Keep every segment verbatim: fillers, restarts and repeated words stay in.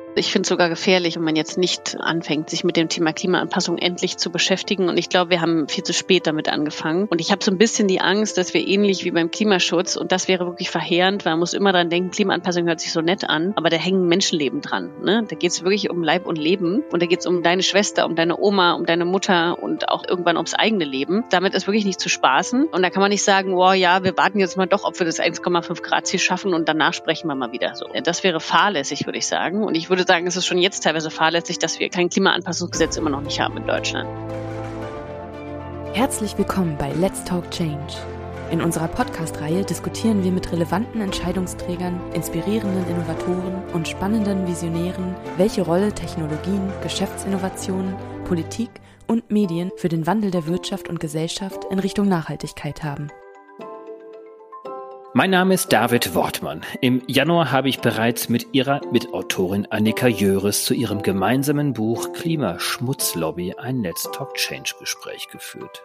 Ich finde es sogar gefährlich, wenn man jetzt nicht anfängt, sich mit dem Thema Klimaanpassung endlich zu beschäftigen. Und ich glaube, wir haben viel zu spät damit angefangen. Und ich habe so ein bisschen die Angst, dass wir ähnlich wie beim Klimaschutz, und das wäre wirklich verheerend, weil man muss immer dran denken, Klimaanpassung hört sich so nett an, aber da hängen Menschenleben dran. Ne? Da geht es wirklich um Leib und Leben. Und da geht es um deine Schwester, um deine Oma, um deine Mutter und auch irgendwann ums eigene Leben. Damit ist wirklich nicht zu spaßen. Und da kann man nicht sagen, wow, ja, wir warten jetzt mal doch, ob wir das eins Komma fünf Grad Ziel schaffen und danach sprechen wir mal wieder. So, das wäre fahrlässig, würde ich sagen. Und ich würde sagen, es ist schon jetzt teilweise fahrlässig, dass wir kein Klimaanpassungsgesetz immer noch nicht haben in Deutschland. Herzlich willkommen bei Let's Talk Change. In unserer Podcast-Reihe diskutieren wir mit relevanten Entscheidungsträgern, inspirierenden Innovatoren und spannenden Visionären, welche Rolle Technologien, Geschäftsinnovationen, Politik und Medien für den Wandel der Wirtschaft und Gesellschaft in Richtung Nachhaltigkeit haben. Mein Name ist David Wortmann. Im Januar habe ich bereits mit ihrer Mitautorin Annika Jöris zu ihrem gemeinsamen Buch Klimaschmutzlobby ein Let's Talk Change Gespräch geführt.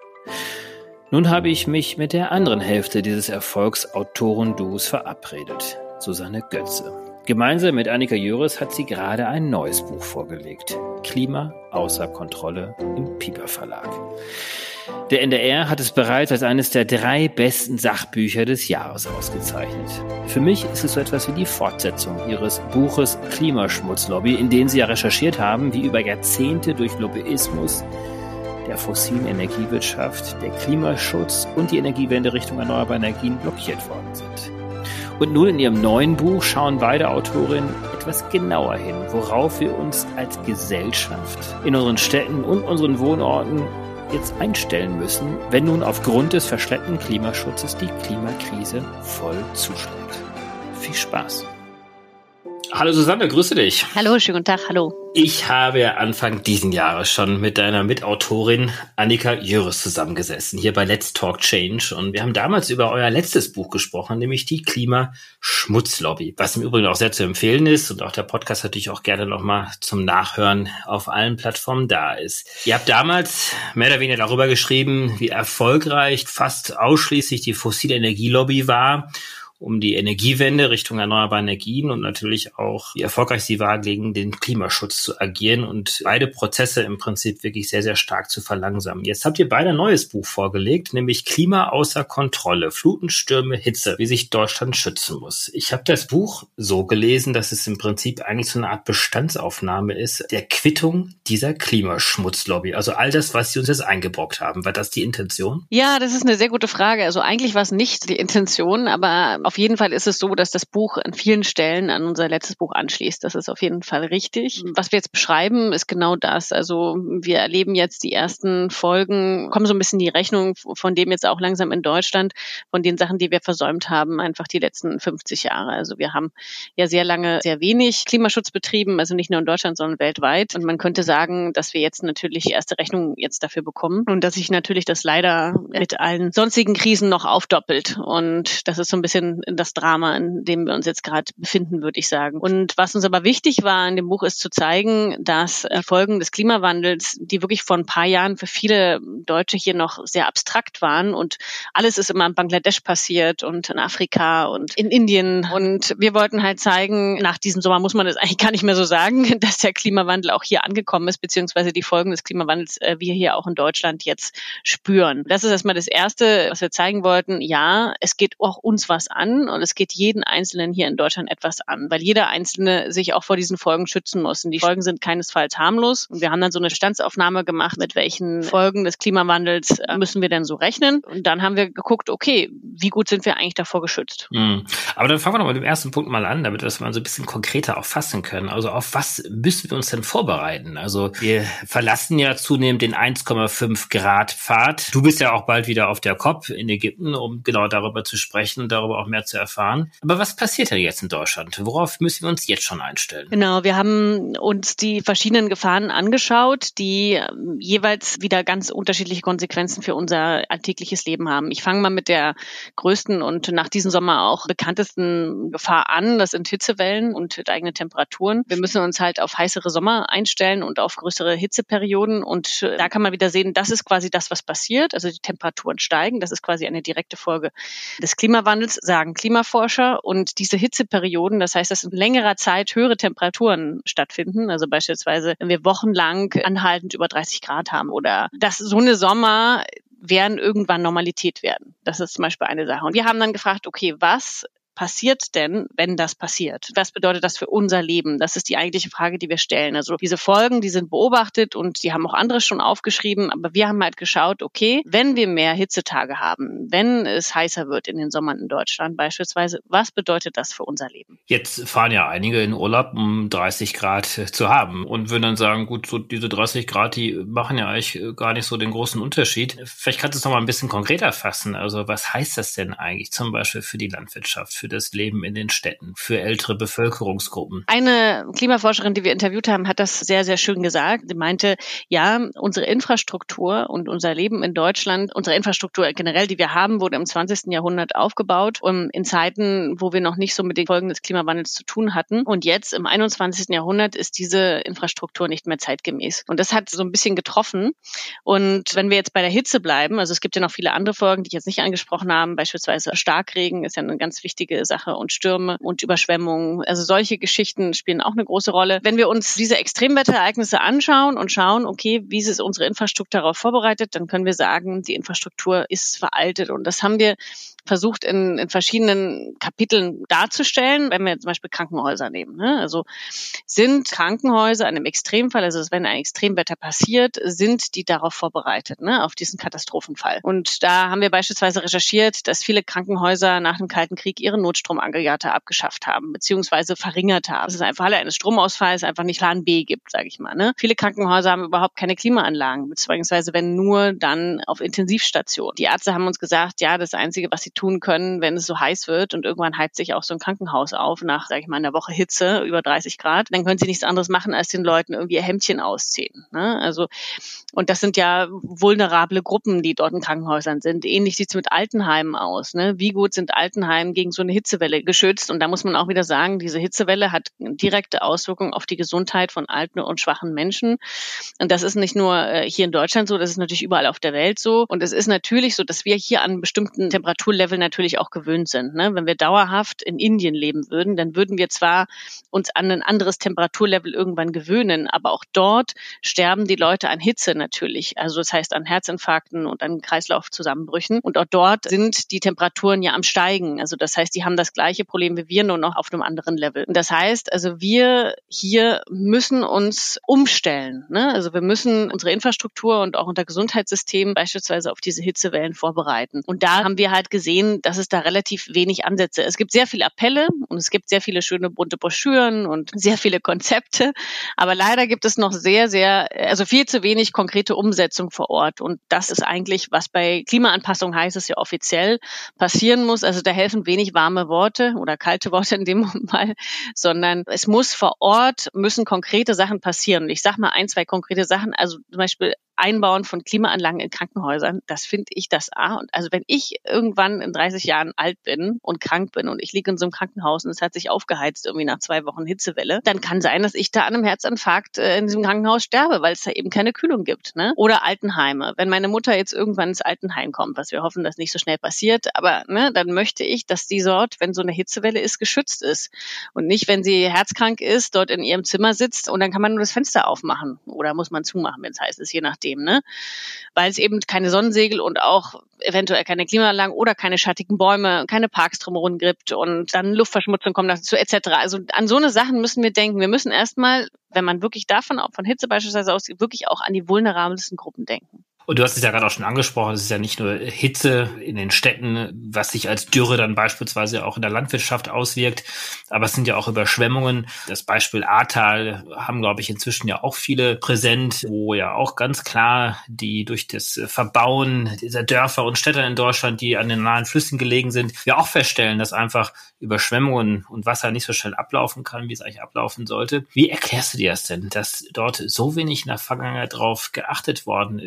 Nun habe ich mich mit der anderen Hälfte dieses Erfolgsautoren-Duos verabredet, Susanne Götze. Gemeinsam mit Annika Jöris hat sie gerade ein neues Buch vorgelegt, Klima außer Kontrolle im Piper Verlag. Der N D R hat es bereits als eines der drei besten Sachbücher des Jahres ausgezeichnet. Für mich ist es so etwas wie die Fortsetzung ihres Buches Klimaschmutzlobby, in dem sie ja recherchiert haben, wie über Jahrzehnte durch Lobbyismus der fossilen Energiewirtschaft der Klimaschutz und die Energiewende Richtung erneuerbare Energien blockiert worden sind. Und nun in ihrem neuen Buch schauen beide Autorinnen etwas genauer hin, worauf wir uns als Gesellschaft in unseren Städten und unseren Wohnorten jetzt einstellen müssen, wenn nun aufgrund des verschleppten Klimaschutzes die Klimakrise voll zuschlägt. Viel Spaß! Hallo Susanne, grüße dich. Hallo, schönen guten Tag, hallo. Ich habe Anfang diesen Jahres schon mit deiner Mitautorin Annika Jöris zusammengesessen, hier bei Let's Talk Change. Und wir haben damals über euer letztes Buch gesprochen, nämlich die Klimaschmutzlobby, was im Übrigen auch sehr zu empfehlen ist und auch der Podcast natürlich auch gerne nochmal zum Nachhören auf allen Plattformen da ist. Ihr habt damals mehr oder weniger darüber geschrieben, wie erfolgreich fast ausschließlich die fossile Energielobby war, um die Energiewende Richtung erneuerbare Energien und natürlich auch, wie erfolgreich sie war, gegen den Klimaschutz zu agieren und beide Prozesse im Prinzip wirklich sehr, sehr stark zu verlangsamen. Jetzt habt ihr beide ein neues Buch vorgelegt, nämlich Klima außer Kontrolle, Fluten, Stürme, Hitze, wie sich Deutschland schützen muss. Ich habe das Buch so gelesen, dass es im Prinzip eigentlich so eine Art Bestandsaufnahme ist der Quittung dieser Klimaschmutzlobby. Also all das, was sie uns jetzt eingebrockt haben. War das die Intention? Ja, das ist eine sehr gute Frage. Also eigentlich war es nicht die Intention, aber auf jeden Fall ist es so, dass das Buch an vielen Stellen an unser letztes Buch anschließt. Das ist auf jeden Fall richtig. Was wir jetzt beschreiben, ist genau das. Also wir erleben jetzt die ersten Folgen, kommen so ein bisschen die Rechnung von dem jetzt auch langsam in Deutschland, von den Sachen, die wir versäumt haben, einfach die letzten fünfzig Jahre. Also wir haben ja sehr lange sehr wenig Klimaschutz betrieben, also nicht nur in Deutschland, sondern weltweit. Und man könnte sagen, dass wir jetzt natürlich die erste Rechnung jetzt dafür bekommen und dass sich natürlich das leider mit allen sonstigen Krisen noch aufdoppelt. Und das ist so ein bisschen das Drama, in dem wir uns jetzt gerade befinden, würde ich sagen. Und was uns aber wichtig war in dem Buch, ist zu zeigen, dass die Folgen des Klimawandels, die wirklich vor ein paar Jahren für viele Deutsche hier noch sehr abstrakt waren und alles ist immer in Bangladesch passiert und in Afrika und in Indien. Und wir wollten halt zeigen, nach diesem Sommer muss man das eigentlich gar nicht mehr so sagen, dass der Klimawandel auch hier angekommen ist, beziehungsweise die Folgen des Klimawandels äh, wir hier auch in Deutschland jetzt spüren. Das ist erstmal das Erste, was wir zeigen wollten. Ja, es geht auch uns was an. Und es geht jeden Einzelnen hier in Deutschland etwas an, weil jeder Einzelne sich auch vor diesen Folgen schützen muss. Und die Folgen sind keinesfalls harmlos. Und wir haben dann so eine Bestandsaufnahme gemacht, mit welchen Folgen des Klimawandels müssen wir denn so rechnen. Und dann haben wir geguckt, okay, wie gut sind wir eigentlich davor geschützt? Mhm. Aber dann fangen wir doch mit dem ersten Punkt mal an, damit wir das mal so ein bisschen konkreter auch fassen können. Also auf was müssen wir uns denn vorbereiten? Also wir verlassen ja zunehmend den eins Komma fünf Grad Pfad. Du bist ja auch bald wieder auf der COP in Ägypten, um genau darüber zu sprechen und darüber auch mehr zu erfahren. Aber was passiert denn jetzt in Deutschland? Worauf müssen wir uns jetzt schon einstellen? Genau, wir haben uns die verschiedenen Gefahren angeschaut, die jeweils wieder ganz unterschiedliche Konsequenzen für unser alltägliches Leben haben. Ich fange mal mit der größten und nach diesem Sommer auch bekanntesten Gefahr an. Das sind Hitzewellen und steigende Temperaturen. Wir müssen uns halt auf heißere Sommer einstellen und auf größere Hitzeperioden. Und da kann man wieder sehen, das ist quasi das, was passiert. Also die Temperaturen steigen. Das ist quasi eine direkte Folge des Klimawandels, sagen sagen Klimaforscher. Und diese Hitzeperioden, das heißt, dass in längerer Zeit höhere Temperaturen stattfinden, also beispielsweise, wenn wir wochenlang anhaltend über dreißig Grad haben oder dass so eine Sommer werden irgendwann Normalität werden. Das ist zum Beispiel eine Sache. Und wir haben dann gefragt, okay, was passiert denn, wenn das passiert? Was bedeutet das für unser Leben? Das ist die eigentliche Frage, die wir stellen. Also diese Folgen, die sind beobachtet und die haben auch andere schon aufgeschrieben, aber wir haben halt geschaut, okay, wenn wir mehr Hitzetage haben, wenn es heißer wird in den Sommern in Deutschland beispielsweise, was bedeutet das für unser Leben? Jetzt fahren ja einige in Urlaub, um dreißig Grad zu haben und würden dann sagen, gut, so diese dreißig Grad, die machen ja eigentlich gar nicht so den großen Unterschied. Vielleicht kannst du es noch mal ein bisschen konkreter fassen. Also was heißt das denn eigentlich zum Beispiel für die Landwirtschaft, für das Leben in den Städten, für ältere Bevölkerungsgruppen? Eine Klimaforscherin, die wir interviewt haben, hat das sehr, sehr schön gesagt. Sie meinte, ja, unsere Infrastruktur und unser Leben in Deutschland, unsere Infrastruktur generell, die wir haben, wurde im zwanzigsten Jahrhundert aufgebaut, um in Zeiten, wo wir noch nicht so mit den Folgen des Klimawandels zu tun hatten. Und jetzt im einundzwanzigsten Jahrhundert ist diese Infrastruktur nicht mehr zeitgemäß. Und das hat so ein bisschen getroffen. Und wenn wir jetzt bei der Hitze bleiben, also es gibt ja noch viele andere Folgen, die ich jetzt nicht angesprochen habe, beispielsweise Starkregen ist ja eine ganz wichtige Sache und Stürme und Überschwemmungen. Also solche Geschichten spielen auch eine große Rolle. Wenn wir uns diese Extremwetterereignisse anschauen und schauen, okay, wie ist unsere Infrastruktur darauf vorbereitet, dann können wir sagen, die Infrastruktur ist veraltet. Und das haben wir versucht in, in verschiedenen Kapiteln darzustellen, wenn wir zum Beispiel Krankenhäuser nehmen. Ne? Also sind Krankenhäuser an einem Extremfall, also wenn ein Extremwetter passiert, sind die darauf vorbereitet, ne, auf diesen Katastrophenfall. Und da haben wir beispielsweise recherchiert, dass viele Krankenhäuser nach dem Kalten Krieg ihre Notstromaggregate abgeschafft haben, beziehungsweise verringert haben. Das ist einfach, weil eines Stromausfalls einfach nicht Plan B gibt, sage ich mal. Ne? Viele Krankenhäuser haben überhaupt keine Klimaanlagen, beziehungsweise wenn nur, dann auf Intensivstationen. Die Ärzte haben uns gesagt, ja, das Einzige, was sie tun können, wenn es so heiß wird und irgendwann heizt sich auch so ein Krankenhaus auf nach, sage ich mal, einer Woche Hitze über dreißig Grad, dann können sie nichts anderes machen, als den Leuten irgendwie ihr Hemdchen ausziehen. Ne? Also, und das sind ja vulnerable Gruppen, die dort in Krankenhäusern sind. Ähnlich sieht es mit Altenheimen aus. Ne? Wie gut sind Altenheime gegen so eine Hitzewelle geschützt? Und da muss man auch wieder sagen, diese Hitzewelle hat direkte Auswirkungen auf die Gesundheit von alten und schwachen Menschen. Und das ist nicht nur äh, hier in Deutschland so, das ist natürlich überall auf der Welt so. Und es ist natürlich so, dass wir hier an bestimmten Temperaturlevel natürlich auch gewöhnt sind. Ne? Wenn wir dauerhaft in Indien leben würden, dann würden wir zwar uns an ein anderes Temperaturlevel irgendwann gewöhnen, aber auch dort sterben die Leute an Hitze natürlich. Also das heißt an Herzinfarkten und an Kreislaufzusammenbrüchen. Und auch dort sind die Temperaturen ja am Steigen. Also das heißt, die haben das gleiche Problem wie wir, nur noch auf einem anderen Level. Und das heißt, also wir hier müssen uns umstellen. Ne? Also wir müssen unsere Infrastruktur und auch unser Gesundheitssystem beispielsweise auf diese Hitzewellen vorbereiten. Und da haben wir halt gesehen, dass es da relativ wenig Ansätze. Es gibt sehr viele Appelle und es gibt sehr viele schöne bunte Broschüren und sehr viele Konzepte. Aber leider gibt es noch sehr, sehr, also viel zu wenig konkrete Umsetzung vor Ort. Und das ist eigentlich, was bei Klimaanpassung heißt es ja offiziell, passieren muss. Also da helfen wenig warme Worte oder kalte Worte in dem Fall, sondern es muss vor Ort, müssen konkrete Sachen passieren. Und ich sage mal ein, zwei konkrete Sachen. Also zum Beispiel Einbauen von Klimaanlagen in Krankenhäusern, das finde ich das A. Und also wenn ich irgendwann in dreißig Jahren alt bin und krank bin und ich liege in so einem Krankenhaus und es hat sich aufgeheizt irgendwie nach zwei Wochen Hitzewelle, dann kann sein, dass ich da an einem Herzinfarkt äh, in diesem Krankenhaus sterbe, weil es da eben keine Kühlung gibt. Ne? Oder Altenheime. Wenn meine Mutter jetzt irgendwann ins Altenheim kommt, was wir hoffen, dass nicht so schnell passiert, aber ne, dann möchte ich, dass die dort, wenn so eine Hitzewelle ist, geschützt ist. Und nicht, wenn sie herzkrank ist, dort in ihrem Zimmer sitzt und dann kann man nur das Fenster aufmachen oder muss man zumachen, wenn es heiß ist, je nachdem. Ne? Weil es eben keine Sonnensegel und auch eventuell keine Klimaanlagen oder keine schattigen Bäume, keine Parks drumherum gibt und dann Luftverschmutzung kommt dazu et cetera. Also an so eine Sachen müssen wir denken. Wir müssen erstmal, wenn man wirklich davon, auch von Hitze beispielsweise ausgeht, wirklich auch an die vulnerabelsten Gruppen denken. Und du hast es ja gerade auch schon angesprochen, es ist ja nicht nur Hitze in den Städten, was sich als Dürre dann beispielsweise auch in der Landwirtschaft auswirkt, aber es sind ja auch Überschwemmungen. Das Beispiel Ahrtal haben, glaube ich, inzwischen ja auch viele präsent, wo ja auch ganz klar die durch das Verbauen dieser Dörfer und Städte in Deutschland, die an den nahen Flüssen gelegen sind, ja auch feststellen, dass einfach Überschwemmungen und Wasser nicht so schnell ablaufen kann, wie es eigentlich ablaufen sollte. Wie erklärst du dir das denn, dass dort so wenig in der Vergangenheit drauf geachtet worden ist, einfach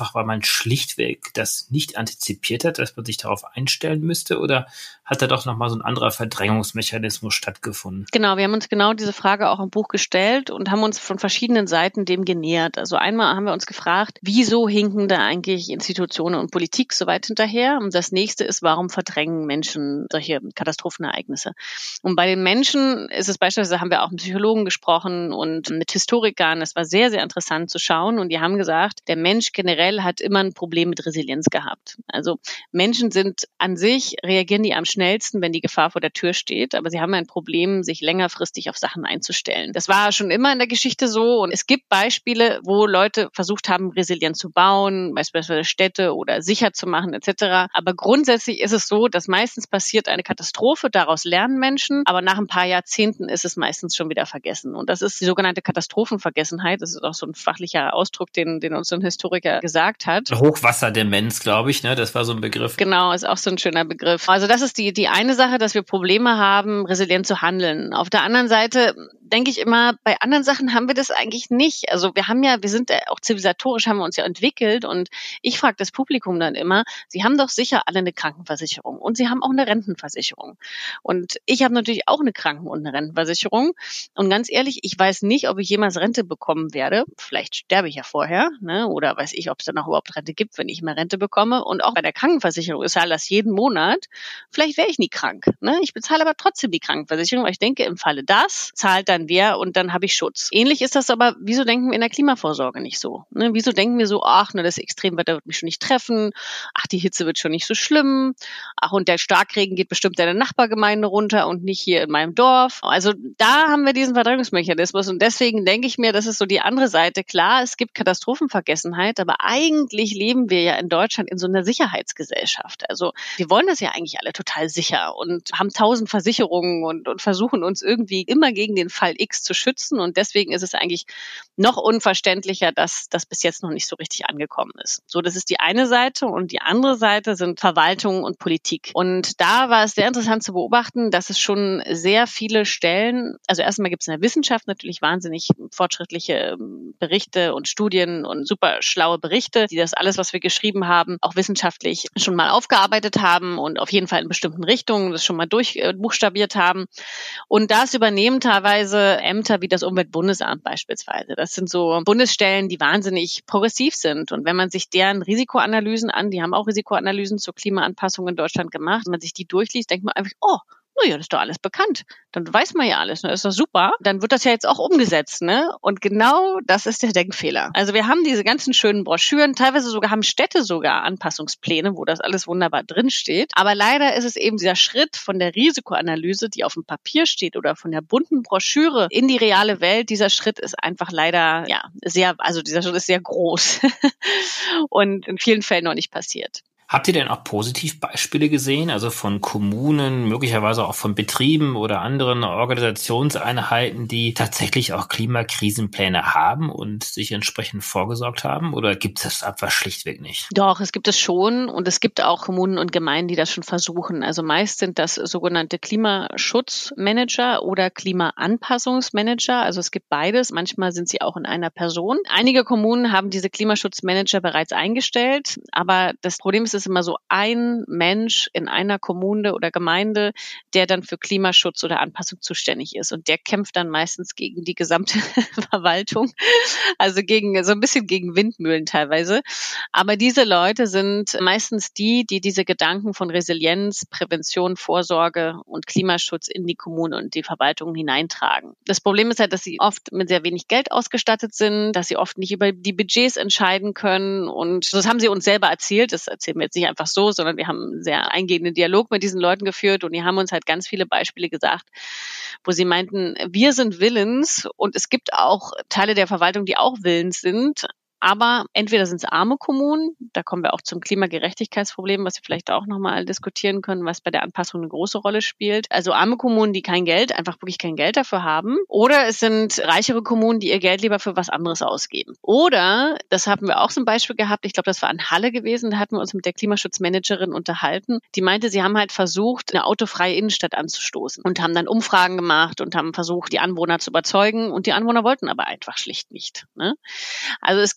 einfach, weil man schlichtweg das nicht antizipiert hat, dass man sich darauf einstellen müsste? Oder hat da doch nochmal so ein anderer Verdrängungsmechanismus stattgefunden? Genau, wir haben uns genau diese Frage auch im Buch gestellt und haben uns von verschiedenen Seiten dem genähert. Also einmal haben wir uns gefragt, wieso hinken da eigentlich Institutionen und Politik so weit hinterher? Und das nächste ist, warum verdrängen Menschen solche Katastrophenereignisse? Und bei den Menschen ist es beispielsweise, haben wir auch mit Psychologen gesprochen und mit Historikern. Es war sehr, sehr interessant zu schauen. Und die haben gesagt, der Mensch generell hat immer ein Problem mit Resilienz gehabt. Also Menschen sind an sich, reagieren die am schnellsten, wenn die Gefahr vor der Tür steht. Aber sie haben ein Problem, sich längerfristig auf Sachen einzustellen. Das war schon immer in der Geschichte so. Und es gibt Beispiele, wo Leute versucht haben, resilient zu bauen, beispielsweise Städte oder sicher zu machen et cetera. Aber grundsätzlich ist es so, dass meistens passiert eine Katastrophe, daraus lernen Menschen, aber nach ein paar Jahrzehnten ist es meistens schon wieder vergessen. Und das ist die sogenannte Katastrophenvergessenheit. Das ist auch so ein fachlicher Ausdruck, den, den uns so ein Historiker gesagt hat. Hochwasserdemenz, glaube ich, ne? Das war so ein Begriff. Genau, ist auch so ein schöner Begriff. Also das ist die, die eine Sache, dass wir Probleme haben, resilient zu handeln. Auf der anderen Seite denke ich immer, bei anderen Sachen haben wir das eigentlich nicht. Also wir haben ja, wir sind ja auch zivilisatorisch, haben wir uns ja entwickelt und ich frage das Publikum dann immer, sie haben doch sicher alle eine Krankenversicherung und sie haben auch eine Rentenversicherung. Und ich habe natürlich auch eine Kranken- und eine Rentenversicherung und ganz ehrlich, ich weiß nicht, ob ich jemals Rente bekommen werde. Vielleicht sterbe ich ja vorher, ne? Oder weiß ich, ob es dann auch überhaupt Rente gibt, wenn ich mehr Rente bekomme. Und auch bei der Krankenversicherung ist halt das jeden Monat. Vielleicht wäre ich nie krank, ne? Ich bezahle aber trotzdem die Krankenversicherung, weil ich denke, im Falle das zahlt dann wer und dann habe ich Schutz. Ähnlich ist das aber, wieso denken wir in der Klimavorsorge nicht so? Ne? Wieso denken wir so, ach, ne, das Extremwetter wird mich schon nicht treffen, ach, die Hitze wird schon nicht so schlimm, ach, und der Starkregen geht bestimmt in der Nachbargemeinde runter und nicht hier in meinem Dorf. Also da haben wir diesen Verdrängungsmechanismus und deswegen denke ich mir, das ist so die andere Seite. Klar, es gibt Katastrophenvergessenheit, aber eigentlich leben wir ja in Deutschland in so einer Sicherheitsgesellschaft. Also wir wollen das ja eigentlich alle total sicher und haben tausend Versicherungen und, und versuchen uns irgendwie immer gegen den Fall X zu schützen und deswegen ist es eigentlich noch unverständlicher, dass das bis jetzt noch nicht so richtig angekommen ist. So, das ist die eine Seite und die andere Seite sind Verwaltung und Politik. Und da war es sehr interessant zu beobachten, dass es schon sehr viele Stellen, also erstmal gibt es in der Wissenschaft natürlich wahnsinnig fortschrittliche Berichte und Studien und super schlaue Berichte, die das alles, was wir geschrieben haben, auch wissenschaftlich schon mal aufgearbeitet haben und auf jeden Fall in bestimmten Richtungen das schon mal durchbuchstabiert haben. Und das übernehmen teilweise Ämter wie das Umweltbundesamt beispielsweise. Das sind so Bundesstellen, die wahnsinnig progressiv sind. Und wenn man sich deren Risikoanalysen an, die haben auch Risikoanalysen zur Klimaanpassung in Deutschland gemacht, wenn man sich die durchliest, denkt man einfach, oh, naja, das ist doch alles bekannt. Dann weiß man ja alles, ne? Das ist doch super. Dann wird das ja jetzt auch umgesetzt, ne? Und genau das ist der Denkfehler. Also wir haben diese ganzen schönen Broschüren, teilweise sogar haben Städte sogar Anpassungspläne, wo das alles wunderbar drinsteht. Aber leider ist es eben dieser Schritt von der Risikoanalyse, die auf dem Papier steht, oder von der bunten Broschüre in die reale Welt. Dieser Schritt ist einfach leider, ja, sehr, also dieser Schritt ist sehr groß und in vielen Fällen noch nicht passiert. Habt ihr denn auch Positivbeispiele gesehen, also von Kommunen, möglicherweise auch von Betrieben oder anderen Organisationseinheiten, die tatsächlich auch Klimakrisenpläne haben und sich entsprechend vorgesorgt haben? Oder gibt es das einfach schlichtweg nicht? Doch, es gibt es schon und es gibt auch Kommunen und Gemeinden, die das schon versuchen. Also meist sind das sogenannte Klimaschutzmanager oder Klimaanpassungsmanager. Also es gibt beides. Manchmal sind sie auch in einer Person. Einige Kommunen haben diese Klimaschutzmanager bereits eingestellt, aber das Problem ist, es ist immer so ein Mensch in einer Kommune oder Gemeinde, der dann für Klimaschutz oder Anpassung zuständig ist. Und der kämpft dann meistens gegen die gesamte Verwaltung, also gegen so ein bisschen gegen Windmühlen teilweise. Aber diese Leute sind meistens die, die diese Gedanken von Resilienz, Prävention, Vorsorge und Klimaschutz in die Kommune und die Verwaltung hineintragen. Das Problem ist halt, dass sie oft mit sehr wenig Geld ausgestattet sind, dass sie oft nicht über die Budgets entscheiden können. Und das haben sie uns selber erzählt, das erzählen wir jetzt nicht einfach so, sondern wir haben einen sehr eingehenden Dialog mit diesen Leuten geführt und die haben uns halt ganz viele Beispiele gesagt, wo sie meinten, wir sind willens und es gibt auch Teile der Verwaltung, die auch willens sind, aber entweder sind es arme Kommunen, da kommen wir auch zum Klimagerechtigkeitsproblem, was wir vielleicht auch nochmal diskutieren können, was bei der Anpassung eine große Rolle spielt. Also arme Kommunen, die kein Geld, einfach wirklich kein Geld dafür haben. Oder es sind reichere Kommunen, die ihr Geld lieber für was anderes ausgeben. Oder, das haben wir auch zum Beispiel gehabt, ich glaube, das war in Halle gewesen, da hatten wir uns mit der Klimaschutzmanagerin unterhalten. Die meinte, sie haben halt versucht, eine autofreie Innenstadt anzustoßen und haben dann Umfragen gemacht und haben versucht, die Anwohner zu überzeugen und die Anwohner wollten aber einfach schlicht nicht. Ne? Also es gibt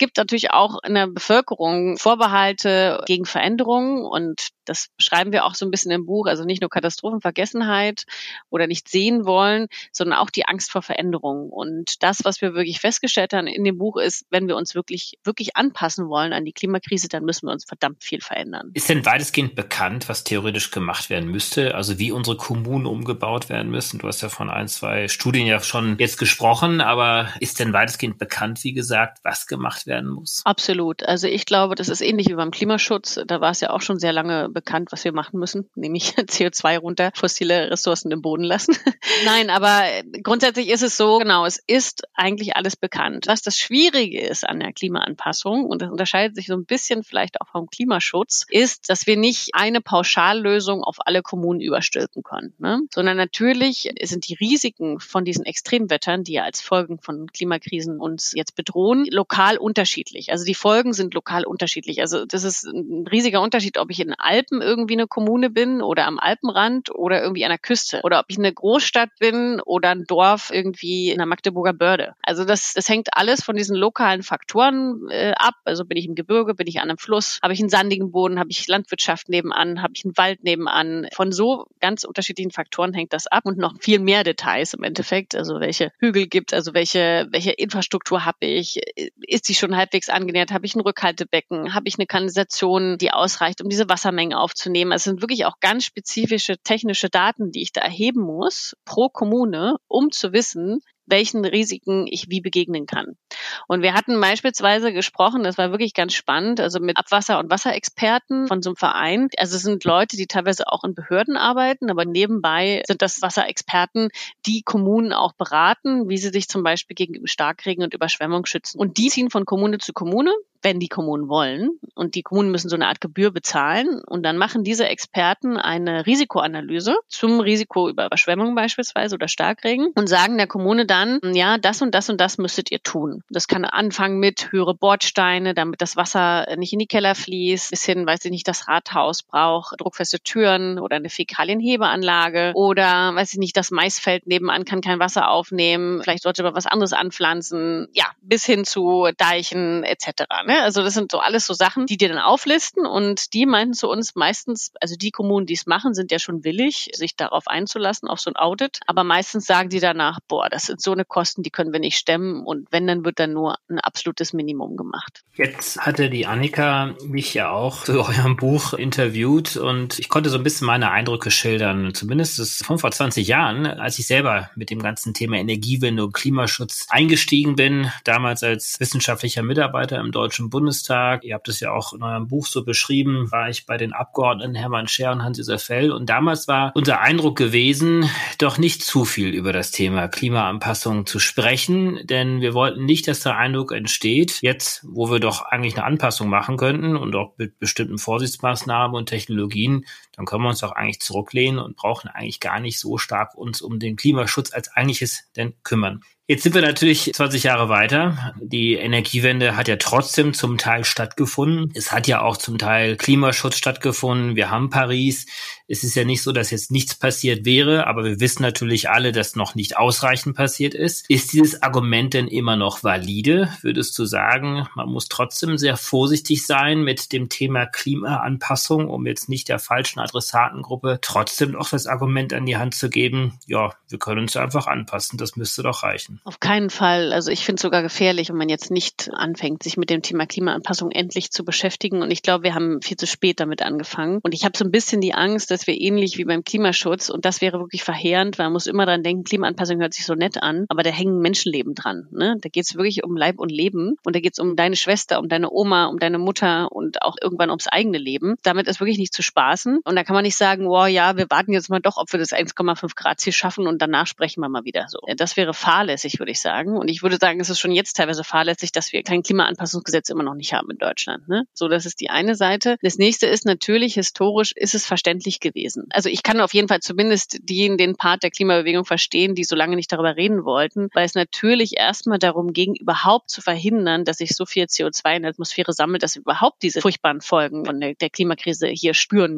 gibt natürlich auch in der Bevölkerung Vorbehalte gegen Veränderungen und das beschreiben wir auch so ein bisschen im Buch, also nicht nur Katastrophenvergessenheit oder nicht sehen wollen, sondern auch die Angst vor Veränderungen. Und das, was wir wirklich festgestellt haben in dem Buch ist, wenn wir uns wirklich, wirklich anpassen wollen an die Klimakrise, dann müssen wir uns verdammt viel verändern. Ist denn weitestgehend bekannt, was theoretisch gemacht werden müsste? Also wie unsere Kommunen umgebaut werden müssen? Du hast ja von ein, zwei Studien ja schon jetzt gesprochen, aber ist denn weitestgehend bekannt, wie gesagt, was gemacht werden muss? Absolut. Also ich glaube, das ist ähnlich wie beim Klimaschutz. Da war es ja auch schon sehr lange bekannt, was wir machen müssen, nämlich C O zwei runter, fossile Ressourcen im Boden lassen. Nein, aber grundsätzlich ist es so, genau, es ist eigentlich alles bekannt. Was das Schwierige ist an der Klimaanpassung, und das unterscheidet sich so ein bisschen vielleicht auch vom Klimaschutz, ist, dass wir nicht eine Pauschallösung auf alle Kommunen überstülpen können, ne? Sondern natürlich sind die Risiken von diesen Extremwettern, die ja als Folgen von Klimakrisen uns jetzt bedrohen, lokal unterschiedlich. Also die Folgen sind lokal unterschiedlich. Also das ist ein riesiger Unterschied, ob ich in den Alpen irgendwie eine Kommune bin oder am Alpenrand oder irgendwie an der Küste oder ob ich eine Großstadt bin oder ein Dorf irgendwie in der Magdeburger Börde. Also das, das hängt alles von diesen lokalen Faktoren äh, ab. Also bin ich im Gebirge, bin ich an einem Fluss, habe ich einen sandigen Boden, habe ich Landwirtschaft nebenan, habe ich einen Wald nebenan. Von so ganz unterschiedlichen Faktoren hängt das ab und noch viel mehr Details im Endeffekt. Also welche Hügel gibt, also welche, welche Infrastruktur habe ich, ist die schon halbwegs angenähert, habe ich ein Rückhaltebecken, habe ich eine Kanalisation, die ausreicht, um diese Wassermengen aufzunehmen. Es sind wirklich auch ganz spezifische technische Daten, die ich da erheben muss pro Kommune, um zu wissen, welchen Risiken ich wie begegnen kann. Und wir hatten beispielsweise gesprochen, das war wirklich ganz spannend, also mit Abwasser- und Wasserexperten von so einem Verein. Also es sind Leute, die teilweise auch in Behörden arbeiten, aber nebenbei sind das Wasserexperten, die Kommunen auch beraten, wie sie sich zum Beispiel gegen Starkregen und Überschwemmung schützen. Und die ziehen von Kommune zu Kommune, wenn die Kommunen wollen. Und die Kommunen müssen so eine Art Gebühr bezahlen. Und dann machen diese Experten eine Risikoanalyse zum Risiko über Überschwemmung beispielsweise oder Starkregen und sagen der Kommune dann, ja, das und das und das müsstet ihr tun. Das kann anfangen mit höhere Bordsteine, damit das Wasser nicht in die Keller fließt, bis hin, weiß ich nicht, das Rathaus braucht druckfeste Türen oder eine Fäkalienhebeanlage oder, weiß ich nicht, das Maisfeld nebenan kann kein Wasser aufnehmen, vielleicht sollte man was anderes anpflanzen, ja, bis hin zu Deichen et cetera. Also das sind so alles so Sachen, die dir dann auflisten und die meinten zu uns meistens, also die Kommunen, die es machen, sind ja schon willig, sich darauf einzulassen, auf so ein Audit, aber meistens sagen die danach, boah, das sind so eine Kosten, die können wir nicht stemmen und wenn, dann wird dann nur ein absolutes Minimum gemacht. Jetzt hatte die Annika mich ja auch zu eurem Buch interviewt und ich konnte so ein bisschen meine Eindrücke schildern, zumindest das von vor zwanzig Jahren, als ich selber mit dem ganzen Thema Energiewende und Klimaschutz eingestiegen bin, damals als wissenschaftlicher Mitarbeiter im Deutschen Bundestag. Ihr habt es ja auch in eurem Buch so beschrieben, war ich bei den Abgeordneten Hermann Scher und Hans-Josef Fell und damals war unser Eindruck gewesen, doch nicht zu viel über das Thema Klimaanpassung zu sprechen, denn wir wollten nicht, dass der Eindruck entsteht, jetzt, wo wir doch eigentlich eine Anpassung machen könnten und auch mit bestimmten Vorsichtsmaßnahmen und Technologien, dann können wir uns doch eigentlich zurücklehnen und brauchen eigentlich gar nicht so stark uns um den Klimaschutz als eigentliches denn kümmern. Jetzt sind wir natürlich zwanzig Jahre weiter. Die Energiewende hat ja trotzdem zum Teil stattgefunden. Es hat ja auch zum Teil Klimaschutz stattgefunden. Wir haben Paris. Es ist ja nicht so, dass jetzt nichts passiert wäre, aber wir wissen natürlich alle, dass noch nicht ausreichend passiert ist. Ist dieses Argument denn immer noch valide? Würdest du sagen, man muss trotzdem sehr vorsichtig sein mit dem Thema Klimaanpassung, um jetzt nicht der falschen Adressatengruppe trotzdem noch das Argument an die Hand zu geben, ja, wir können uns einfach anpassen, das müsste doch reichen. Auf keinen Fall. Also ich finde es sogar gefährlich, wenn man jetzt nicht anfängt, sich mit dem Thema Klimaanpassung endlich zu beschäftigen. Und ich glaube, wir haben viel zu spät damit angefangen. Und ich habe so ein bisschen die Angst, dass wir ähnlich wie beim Klimaschutz, und das wäre wirklich verheerend, weil man muss immer dran denken, Klimaanpassung hört sich so nett an, aber da hängen Menschenleben dran. Ne? Da geht es wirklich um Leib und Leben. Und da geht es um deine Schwester, um deine Oma, um deine Mutter und auch irgendwann ums eigene Leben. Damit ist wirklich nicht zu spaßen. Und da kann man nicht sagen, wow, ja, wir warten jetzt mal doch, ob wir das eins Komma fünf Grad Ziel schaffen und danach sprechen wir mal wieder so. Das wäre fahrlässig, würde ich sagen. Und ich würde sagen, es ist schon jetzt teilweise fahrlässig, dass wir kein Klimaanpassungsgesetz immer noch nicht haben in Deutschland. Ne? So, das ist die eine Seite. Das nächste ist natürlich, historisch ist es verständlich gewesen. Also ich kann auf jeden Fall zumindest den, den Part der Klimabewegung verstehen, die so lange nicht darüber reden wollten, weil es natürlich erstmal darum ging, überhaupt zu verhindern, dass sich so viel C O zwei in der Atmosphäre sammelt, dass wir überhaupt diese furchtbaren Folgen von der, der Klimakrise hier spüren müssen.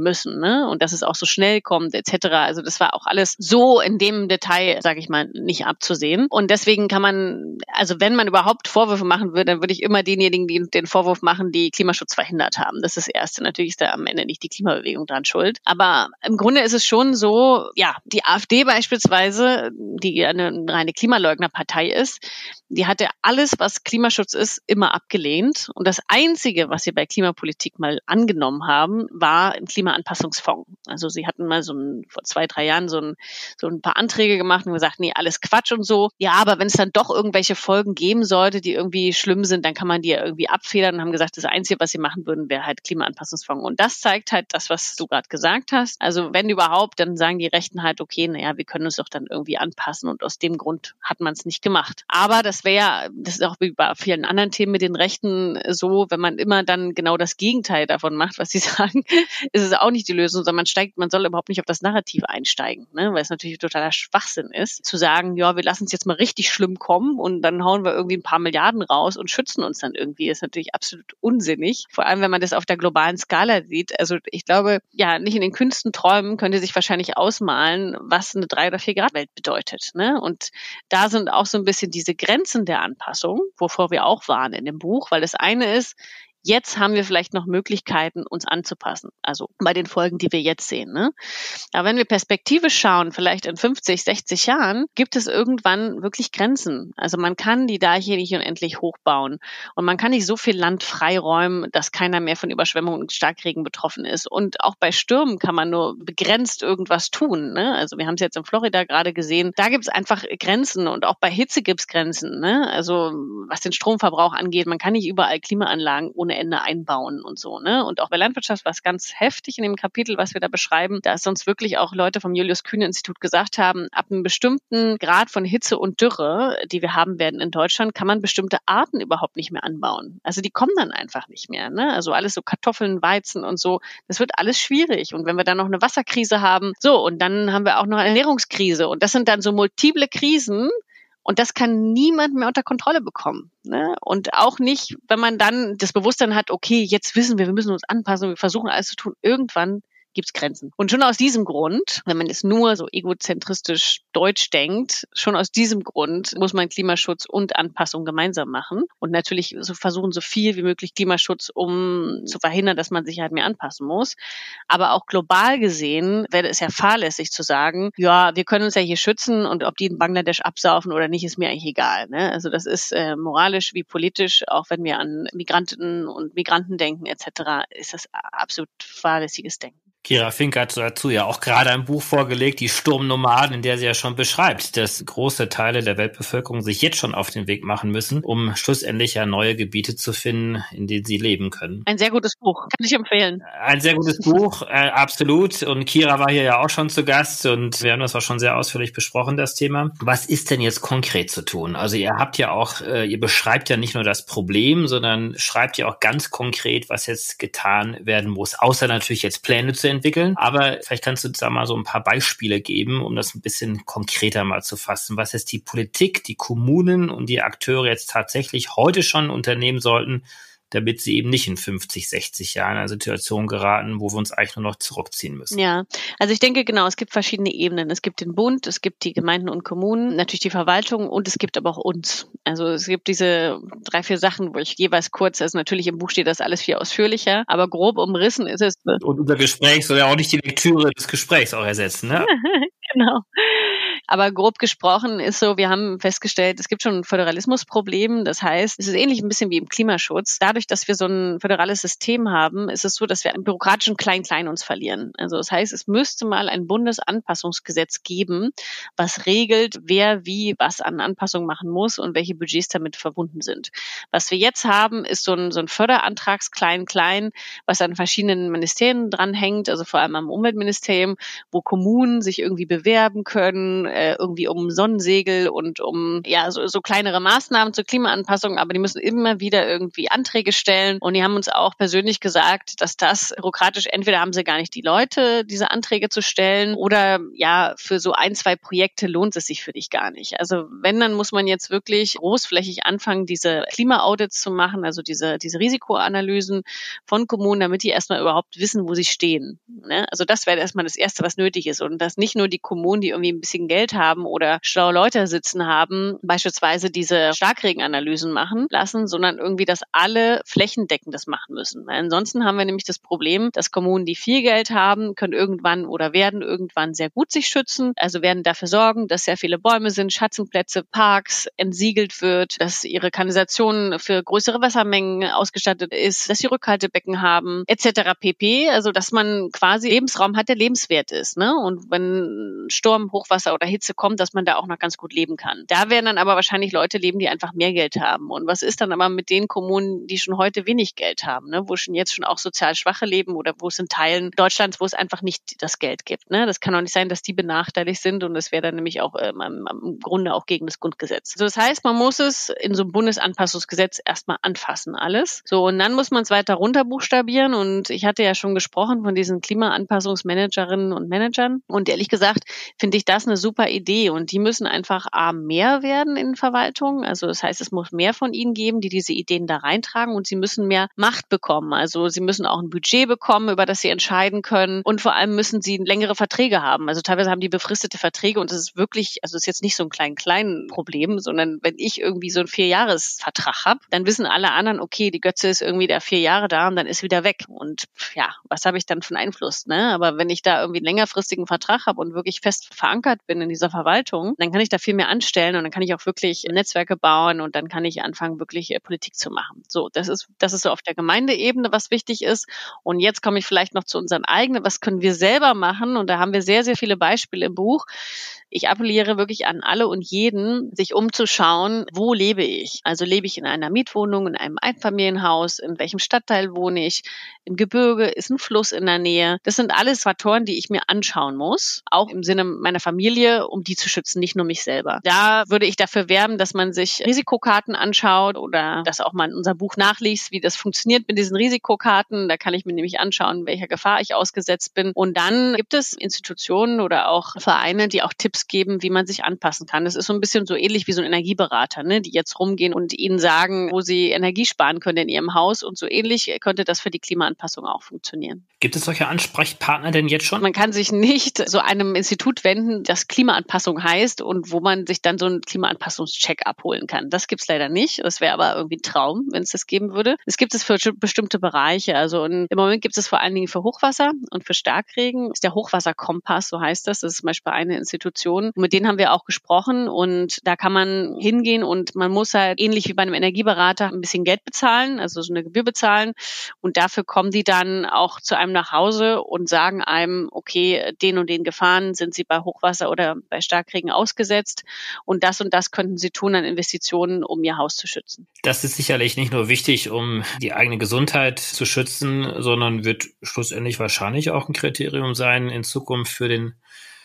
ne? Und dass es auch so schnell kommt, et cetera. Also das war auch alles so in dem Detail, sage ich mal, nicht abzusehen. Und deswegen kann man, also wenn man überhaupt Vorwürfe machen würde, dann würde ich immer denjenigen, die den Vorwurf machen, die Klimaschutz verhindert haben. Das ist das Erste. Natürlich ist da am Ende nicht die Klimabewegung dran schuld. Aber im Grunde ist es schon so, ja, die AfD beispielsweise, die eine reine Klimaleugnerpartei ist, die hatte alles, was Klimaschutz ist, immer abgelehnt. Und das Einzige, was sie bei Klimapolitik mal angenommen haben, war ein Klimaanpassungsfonds. Also sie hatten mal so ein, vor zwei, drei Jahren so ein, so ein paar Anträge gemacht und gesagt, nee, alles Quatsch und so. Ja, aber wenn es dann doch irgendwelche Folgen geben sollte, die irgendwie schlimm sind, dann kann man die ja irgendwie abfedern und haben gesagt, das Einzige, was sie machen würden, wäre halt Klimaanpassungsfonds. Und das zeigt halt das, was du gerade gesagt hast. Also wenn überhaupt, dann sagen die Rechten halt, okay, naja, wir können uns doch dann irgendwie anpassen und aus dem Grund hat man es nicht gemacht. Aber das wäre, das ist auch wie bei vielen anderen Themen mit den Rechten so, wenn man immer dann genau das Gegenteil davon macht, was sie sagen, ist es auch nicht die Lösung, sondern man steigt, man soll überhaupt nicht auf das Narrativ einsteigen, ne? Weil es natürlich totaler Schwachsinn ist, zu sagen, ja, wir lassen es jetzt mal richtig schlimm kommen und dann hauen wir irgendwie ein paar Milliarden raus und schützen uns dann irgendwie. Das ist natürlich absolut unsinnig. Vor allem, wenn man das auf der globalen Skala sieht. Also ich glaube, ja, nicht in den kühnsten Träumen könnt ihr sich wahrscheinlich ausmalen, was eine drei oder vier Grad Welt bedeutet, ne? Und da sind auch so ein bisschen diese Grenzen der Anpassung, wovor wir auch waren in dem Buch, weil das eine ist, jetzt haben wir vielleicht noch Möglichkeiten, uns anzupassen. Also bei den Folgen, die wir jetzt sehen, ne? Aber wenn wir perspektivisch schauen, vielleicht in fünfzig, sechzig Jahren, gibt es irgendwann wirklich Grenzen. Also man kann die Deiche nicht unendlich hochbauen. Und man kann nicht so viel Land freiräumen, dass keiner mehr von Überschwemmungen und Starkregen betroffen ist. Und auch bei Stürmen kann man nur begrenzt irgendwas tun, ne? Also wir haben es jetzt in Florida gerade gesehen. Da gibt es einfach Grenzen. Und auch bei Hitze gibt es Grenzen, ne? Also was den Stromverbrauch angeht, man kann nicht überall Klimaanlagen ohne Ende einbauen und so, ne? Und auch bei Landwirtschaft war es ganz heftig in dem Kapitel, was wir da beschreiben, da es uns wirklich auch Leute vom Julius-Kühne-Institut gesagt haben, ab einem bestimmten Grad von Hitze und Dürre, die wir haben werden in Deutschland, kann man bestimmte Arten überhaupt nicht mehr anbauen. Also die kommen dann einfach nicht mehr, ne? Also alles so Kartoffeln, Weizen und so, das wird alles schwierig. Und wenn wir dann noch eine Wasserkrise haben, so, und dann haben wir auch noch eine Ernährungskrise. Und das sind dann so multiple Krisen, und das kann niemand mehr unter Kontrolle bekommen, ne? Und auch nicht, wenn man dann das Bewusstsein hat, okay, jetzt wissen wir, wir müssen uns anpassen, wir versuchen alles zu tun. Irgendwann gibt's Grenzen. Und schon aus diesem Grund, wenn man jetzt nur so egozentristisch deutsch denkt, schon aus diesem Grund muss man Klimaschutz und Anpassung gemeinsam machen und natürlich so versuchen, so viel wie möglich Klimaschutz, um zu verhindern, dass man sich halt mehr anpassen muss. Aber auch global gesehen wäre es ja fahrlässig zu sagen, ja, wir können uns ja hier schützen und ob die in Bangladesch absaufen oder nicht, ist mir eigentlich egal, ne? Also das ist äh, moralisch wie politisch, auch wenn wir an Migrantinnen und Migranten denken et cetera, ist das absolut fahrlässiges Denken. Kira Fink hat dazu ja auch gerade ein Buch vorgelegt, die Sturmnomaden, in der sie ja schon beschreibt, dass große Teile der Weltbevölkerung sich jetzt schon auf den Weg machen müssen, um schlussendlich ja neue Gebiete zu finden, in denen sie leben können. Ein sehr gutes Buch, kann ich empfehlen. Ein sehr gutes Buch, äh, absolut. Und Kira war hier ja auch schon zu Gast und wir haben das auch schon sehr ausführlich besprochen, das Thema. Was ist denn jetzt konkret zu tun? Also ihr habt ja auch, äh, ihr beschreibt ja nicht nur das Problem, sondern schreibt ja auch ganz konkret, was jetzt getan werden muss, außer natürlich jetzt Pläne zu entwickeln. Aber vielleicht kannst du da mal so ein paar Beispiele geben, um das ein bisschen konkreter mal zu fassen. Was jetzt die Politik, die Kommunen und die Akteure jetzt tatsächlich heute schon unternehmen sollten, damit sie eben nicht in fünfzig, sechzig Jahren in eine Situation geraten, wo wir uns eigentlich nur noch zurückziehen müssen. Ja, also ich denke genau, es gibt verschiedene Ebenen. Es gibt den Bund, es gibt die Gemeinden und Kommunen, natürlich die Verwaltung und es gibt aber auch uns. Also es gibt diese drei, vier Sachen, wo ich jeweils kurz, also natürlich im Buch steht das alles viel ausführlicher, aber grob umrissen ist es. Und unser Gespräch soll ja auch nicht die Lektüre des Gesprächs auch ersetzen, ne? Genau. Aber grob gesprochen ist so, wir haben festgestellt, es gibt schon ein Föderalismusproblem. Das heißt, es ist ähnlich ein bisschen wie im Klimaschutz. Dadurch, dass wir so ein föderales System haben, ist es so, dass wir einen bürokratischen Klein-Klein uns verlieren. Also das heißt, es müsste mal ein Bundesanpassungsgesetz geben, was regelt, wer wie was an Anpassung machen muss und welche Budgets damit verbunden sind. Was wir jetzt haben, ist so ein, so ein Förderantrags-Klein-Klein, was an verschiedenen Ministerien dranhängt, also vor allem am Umweltministerium, wo Kommunen sich irgendwie bewerben können, äh, irgendwie um Sonnensegel und um ja so, so kleinere Maßnahmen zur Klimaanpassung, aber die müssen immer wieder irgendwie Anträge stellen. Und die haben uns auch persönlich gesagt, dass das bürokratisch, entweder haben sie gar nicht die Leute, diese Anträge zu stellen, oder ja, für so ein, zwei Projekte lohnt es sich für dich gar nicht. Also wenn, dann muss man jetzt wirklich großflächig anfangen, diese Klima-Audits zu machen, also diese, diese Risikoanalysen von Kommunen, damit die erstmal überhaupt wissen, wo sie stehen. Ne? Also das wäre erstmal das Erste, was nötig ist. Und dass nicht nur die Kommunen, die irgendwie ein bisschen Geld haben oder schlaue Leute sitzen haben, beispielsweise diese Starkregenanalysen machen lassen, sondern irgendwie, dass alle flächendeckend das machen müssen. Weil ansonsten haben wir nämlich das Problem, dass Kommunen, die viel Geld haben, können irgendwann oder werden irgendwann sehr gut sich schützen, also werden dafür sorgen, dass sehr viele Bäume sind, Schattenplätze, Parks, entsiegelt wird, dass ihre Kanalisation für größere Wassermengen ausgestattet ist, dass sie Rückhaltebecken haben, et cetera pp. Also dass man quasi Lebensraum hat, der lebenswert ist, ne? Und wenn Sturm, Hochwasser oder Hitze kommt, dass man da auch noch ganz gut leben kann. Da werden dann aber wahrscheinlich Leute leben, die einfach mehr Geld haben. Und was ist dann aber mit den Kommunen, die schon heute wenig Geld haben, ne? Wo schon jetzt schon auch sozial Schwache leben oder wo es in Teilen Deutschlands, wo es einfach nicht das Geld gibt, ne? Das kann auch nicht sein, dass die benachteiligt sind, und das wäre dann nämlich auch ähm, im Grunde auch gegen das Grundgesetz. Also das heißt, man muss es in so einem Bundesanpassungsgesetz erstmal anfassen, alles. So, und dann muss man es weiter runter buchstabieren, und ich hatte ja schon gesprochen von diesen Klimaanpassungsmanagerinnen und Managern, und ehrlich gesagt finde ich das eine super Idee, und die müssen einfach A, mehr werden in Verwaltung, also das heißt, es muss mehr von ihnen geben, die diese Ideen da reintragen, und sie müssen mehr Macht bekommen, also sie müssen auch ein Budget bekommen, über das sie entscheiden können, und vor allem müssen sie längere Verträge haben, also teilweise haben die befristete Verträge, und das ist wirklich, also es ist jetzt nicht so ein klein klein Problem, sondern wenn ich irgendwie so einen Vierjahresvertrag habe, dann wissen alle anderen, okay, die Götze ist irgendwie da vier Jahre da und dann ist wieder weg, und ja, was habe ich dann für einen Einfluss, ne? Aber wenn ich da irgendwie einen längerfristigen Vertrag habe und wirklich fest verankert bin in dieser Verwaltung, dann kann ich da viel mehr anstellen, und dann kann ich auch wirklich Netzwerke bauen, und dann kann ich anfangen, wirklich Politik zu machen. So, das ist, das ist so auf der Gemeindeebene, was wichtig ist. Und jetzt komme ich vielleicht noch zu unseren eigenen, was können wir selber machen? Und da haben wir sehr, sehr viele Beispiele im Buch. Ich appelliere wirklich an alle und jeden, sich umzuschauen, wo lebe ich? Also lebe ich in einer Mietwohnung, in einem Einfamilienhaus, in welchem Stadtteil wohne ich? Im Gebirge, ist ein Fluss in der Nähe? Das sind alles Faktoren, die ich mir anschauen muss, auch im Sinne meiner Familie, um die zu schützen, nicht nur mich selber. Da würde ich dafür werben, dass man sich Risikokarten anschaut oder dass auch mal in unser Buch nachliest, wie das funktioniert mit diesen Risikokarten. Da kann ich mir nämlich anschauen, welcher Gefahr ich ausgesetzt bin. Und dann gibt es Institutionen oder auch Vereine, die auch Tipps geben, wie man sich anpassen kann. Das ist so ein bisschen so ähnlich wie so ein Energieberater, ne, die jetzt rumgehen und ihnen sagen, wo sie Energie sparen können in ihrem Haus, und so ähnlich könnte das für die Klimaanpassung auch funktionieren. Gibt es solche Ansprechpartner denn jetzt schon? Man kann sich nicht so einem Institut wenden, das Klimaanpassung heißt und wo man sich dann so einen Klimaanpassungscheck abholen kann. Das gibt's leider nicht. Das wäre aber irgendwie ein Traum, wenn es das geben würde. Es gibt es für bestimmte Bereiche. Also im Moment gibt es vor allen Dingen für Hochwasser und für Starkregen. Das ist der Hochwasserkompass, so heißt das. Das ist zum Beispiel eine Institution. Und mit denen haben wir auch gesprochen, und da kann man hingehen, und man muss halt ähnlich wie bei einem Energieberater ein bisschen Geld bezahlen, also so eine Gebühr bezahlen, und dafür kommen die dann auch zu einem nach Hause und sagen einem, okay, den und den Gefahren sind sie bei Hochwasser oder bei Starkregen ausgesetzt, und das und das könnten sie tun an Investitionen, um ihr Haus zu schützen. Das ist sicherlich nicht nur wichtig, um die eigene Gesundheit zu schützen, sondern wird schlussendlich wahrscheinlich auch ein Kriterium sein in Zukunft für den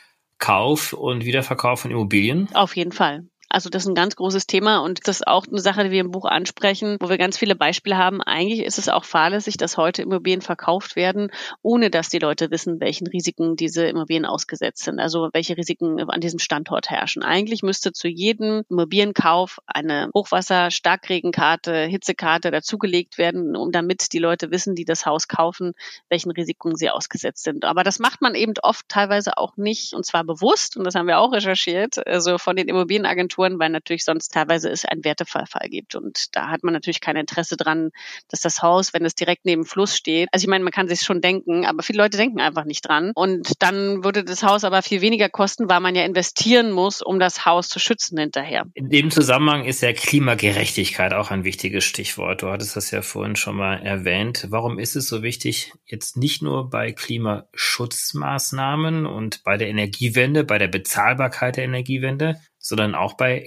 Kauf und Wiederverkauf von Immobilien? Auf jeden Fall. Also das ist ein ganz großes Thema, und das ist auch eine Sache, die wir im Buch ansprechen, wo wir ganz viele Beispiele haben. Eigentlich ist es auch fahrlässig, dass heute Immobilien verkauft werden, ohne dass die Leute wissen, welchen Risiken diese Immobilien ausgesetzt sind, also welche Risiken an diesem Standort herrschen. Eigentlich müsste zu jedem Immobilienkauf eine Hochwasser-, Starkregenkarte, Hitzekarte dazugelegt werden, um damit die Leute wissen, die das Haus kaufen, welchen Risiken sie ausgesetzt sind. Aber das macht man eben oft teilweise auch nicht, und zwar bewusst, und das haben wir auch recherchiert, also von den Immobilienagenturen, weil natürlich sonst teilweise es einen Werteverfall gibt. Und da hat man natürlich kein Interesse dran, dass das Haus, wenn es direkt neben dem Fluss steht, also ich meine, man kann sich schon denken, aber viele Leute denken einfach nicht dran. Und dann würde das Haus aber viel weniger kosten, weil man ja investieren muss, um das Haus zu schützen hinterher. In dem Zusammenhang ist ja Klimagerechtigkeit auch ein wichtiges Stichwort. Du hattest das ja vorhin schon mal erwähnt. Warum ist es so wichtig, jetzt nicht nur bei Klimaschutzmaßnahmen und bei der Energiewende, bei der Bezahlbarkeit der Energiewende, sondern auch bei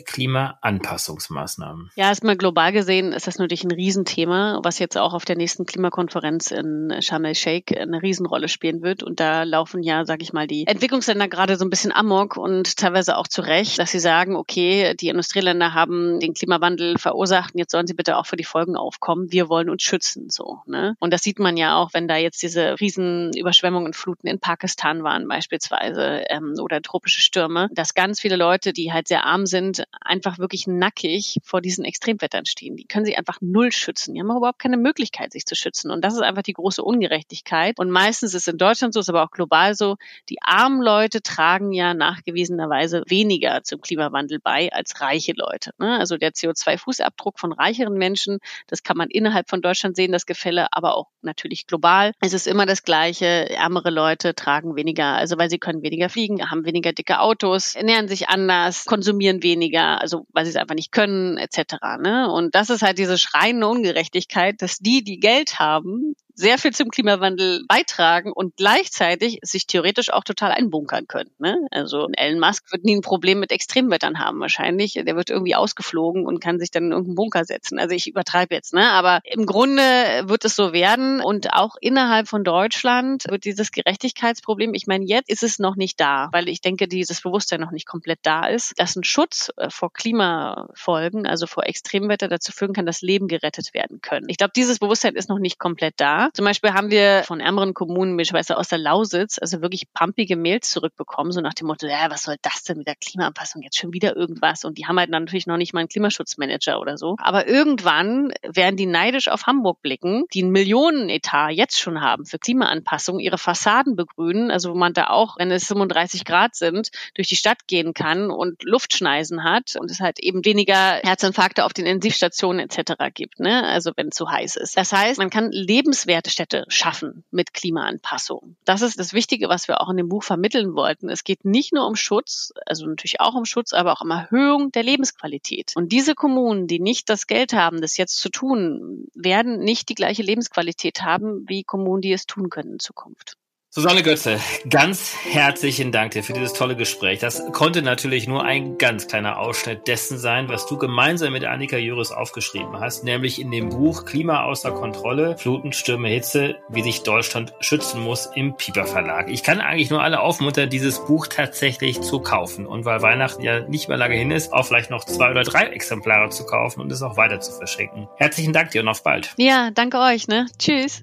Klimaanpassungsmaßnahmen. Ja, erstmal global gesehen ist das natürlich ein Riesenthema, was jetzt auch auf der nächsten Klimakonferenz in Sharm el-Sheikh eine Riesenrolle spielen wird. Und da laufen ja, sage ich mal, die Entwicklungsländer gerade so ein bisschen amok und teilweise auch zu Recht, dass sie sagen, okay, die Industrieländer haben den Klimawandel verursacht und jetzt sollen sie bitte auch für die Folgen aufkommen. Wir wollen uns schützen, so, ne? Und das sieht man ja auch, wenn da jetzt diese Riesenüberschwemmungen, Fluten in Pakistan waren beispielsweise ähm, oder tropische Stürme, dass ganz viele Leute, die halt sehr arm sind, einfach wirklich nackig vor diesen Extremwettern stehen. Die können sich einfach null schützen. Die haben auch überhaupt keine Möglichkeit, sich zu schützen. Und das ist einfach die große Ungerechtigkeit. Und meistens ist es in Deutschland so, ist aber auch global so, die armen Leute tragen ja nachgewiesenerweise weniger zum Klimawandel bei als reiche Leute, ne? Also der C O zwei Fußabdruck von reicheren Menschen, das kann man innerhalb von Deutschland sehen, das Gefälle, aber auch natürlich global. Es ist immer das Gleiche. Ärmere Leute tragen weniger, also weil sie können weniger fliegen, haben weniger dicke Autos, ernähren sich anders, konsumieren weniger, also weil sie es einfach nicht können, et cetera. Ne? Und das ist halt diese schreiende Ungerechtigkeit, dass die, die Geld haben, sehr viel zum Klimawandel beitragen und gleichzeitig sich theoretisch auch total einbunkern können. Ne? Also Elon Musk wird nie ein Problem mit Extremwettern haben wahrscheinlich. Der wird irgendwie ausgeflogen und kann sich dann in irgendeinen Bunker setzen. Also ich übertreibe jetzt, ne? Aber im Grunde wird es so werden und auch innerhalb von Deutschland wird dieses Gerechtigkeitsproblem, ich meine, jetzt ist es noch nicht da, weil ich denke, dieses Bewusstsein noch nicht komplett da ist, dass ein Schutz vor Klimafolgen, also vor Extremwetter dazu führen kann, dass Leben gerettet werden können. Ich glaube, dieses Bewusstsein ist noch nicht komplett da. Zum Beispiel haben wir von ärmeren Kommunen, beispielsweise aus der Lausitz, also wirklich pumpige Mails zurückbekommen, so nach dem Motto, ja, was soll das denn mit der Klimaanpassung, jetzt schon wieder irgendwas? Und die haben halt dann natürlich noch nicht mal einen Klimaschutzmanager oder so. Aber irgendwann werden die neidisch auf Hamburg blicken, die einen Millionenetat jetzt schon haben für Klimaanpassung, ihre Fassaden begrünen, also wo man da auch, wenn es fünfunddreißig Grad sind, durch die Stadt gehen kann und Luftschneisen hat und es halt eben weniger Herzinfarkte auf den Intensivstationen et cetera gibt, ne? Also wenn es so heiß ist. Das heißt, man kann lebenswerte Städte schaffen mit Klimaanpassung. Das ist das Wichtige, was wir auch in dem Buch vermitteln wollten. Es geht nicht nur um Schutz, also natürlich auch um Schutz, aber auch um Erhöhung der Lebensqualität. Und diese Kommunen, die nicht das Geld haben, das jetzt zu tun, werden nicht die gleiche Lebensqualität haben wie Kommunen, die es tun können in Zukunft. Susanne Götze, ganz herzlichen Dank dir für dieses tolle Gespräch. Das konnte natürlich nur ein ganz kleiner Ausschnitt dessen sein, was du gemeinsam mit Annika Jöris aufgeschrieben hast, nämlich in dem Buch Klima außer Kontrolle, Fluten, Stürme, Hitze, wie sich Deutschland schützen muss im Piper Verlag. Ich kann eigentlich nur alle aufmuntern, dieses Buch tatsächlich zu kaufen und weil Weihnachten ja nicht mehr lange hin ist, auch vielleicht noch zwei oder drei Exemplare zu kaufen und es auch weiter zu verschenken. Herzlichen Dank dir und auf bald. Ja, danke euch, ne? Tschüss.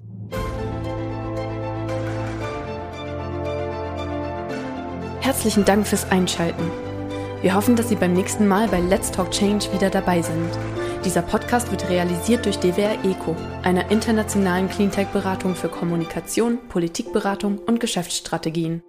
Herzlichen Dank fürs Einschalten. Wir hoffen, dass Sie beim nächsten Mal bei Let's Talk Change wieder dabei sind. Dieser Podcast wird realisiert durch D W R ECO, einer internationalen Cleantech-Beratung für Kommunikation, Politikberatung und Geschäftsstrategien.